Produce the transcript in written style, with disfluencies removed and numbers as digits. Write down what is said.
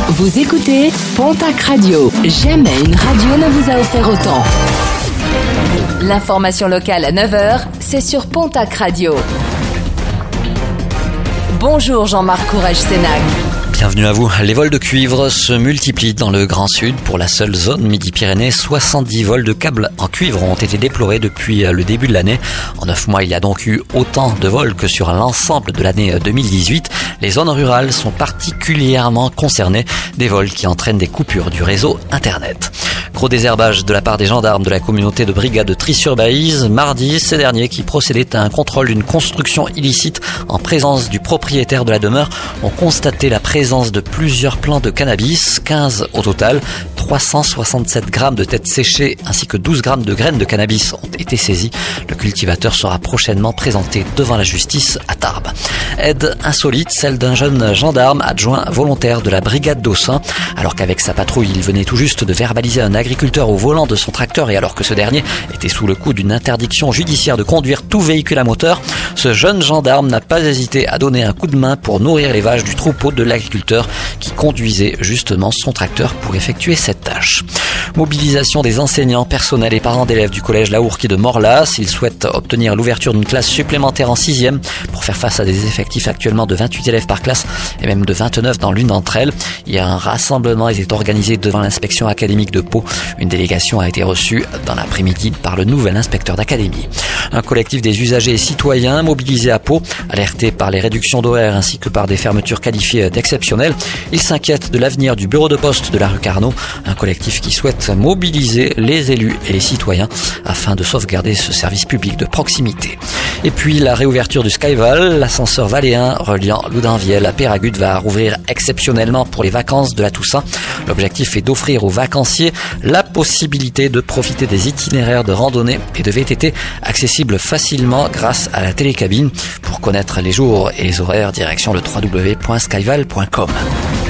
Vous écoutez Pontac Radio. Jamais une radio ne vous a offert autant. L'information locale à 9h, c'est sur Pontac Radio. Bonjour Jean-Marc Courage-Sénac. Bienvenue à vous. Les vols de cuivre se multiplient dans le Grand Sud. Pour la seule zone Midi-Pyrénées, 70 vols de câbles en cuivre ont été déplorés depuis le début de l'année. En 9 mois, il y a donc eu autant de vols que sur l'ensemble de l'année 2018. Les zones rurales sont particulièrement concernées, des vols qui entraînent des coupures du réseau Internet. Gros désherbage de la part des gendarmes de la communauté de brigade de Trie-sur-Baïse. Mardi, ces derniers qui procédaient à un contrôle d'une construction illicite en présence du propriétaire de la demeure ont constaté la présence de plusieurs plants de cannabis, 15 au total. 367 grammes de têtes séchées ainsi que 12 grammes de graines de cannabis ont été saisis. Le cultivateur sera prochainement présenté devant la justice à Tarbes. Aide insolite, celle d'un jeune gendarme adjoint volontaire de la brigade d'Aussin. Alors qu'avec sa patrouille, il venait tout juste de verbaliser un agriculteur au volant de son tracteur et alors que ce dernier était sous le coup d'une interdiction judiciaire de conduire tout véhicule à moteur, ce jeune gendarme n'a pas hésité à donner un coup de main pour nourrir les vaches du troupeau de l'agriculteur qui conduisait justement son tracteur pour effectuer cette tâche. Mobilisation des enseignants, personnels et parents d'élèves du collège La Hourquie de Morlas. Ils souhaitent obtenir l'ouverture d'une classe supplémentaire en 6e pour faire face à des effectifs actuellement de 28 élèves par classe et même de 29 dans l'une d'entre elles. Il y a un rassemblement qui est organisé devant l'inspection académique de Pau. Une délégation a été reçue dans l'après-midi par le nouvel inspecteur d'académie. Un collectif des usagers et citoyens mobilisés à Pau, alertés par les réductions d'horaires ainsi que par des fermetures qualifiées d'exceptionnelles. Ils s'inquiètent de l'avenir du bureau de poste de la rue Carnot, un collectif qui souhaite mobiliser les élus et les citoyens afin de sauvegarder ce service public de proximité. Et puis la réouverture du Skyval, l'ascenseur valéen reliant Loudunvielle à Péragudes va rouvrir exceptionnellement pour les vacances de la Toussaint. L'objectif est d'offrir aux vacanciers la possibilité de profiter des itinéraires de randonnée et de VTT accessibles facilement grâce à la télécabine. Pour connaître les jours et les horaires, direction le www.skyval.com.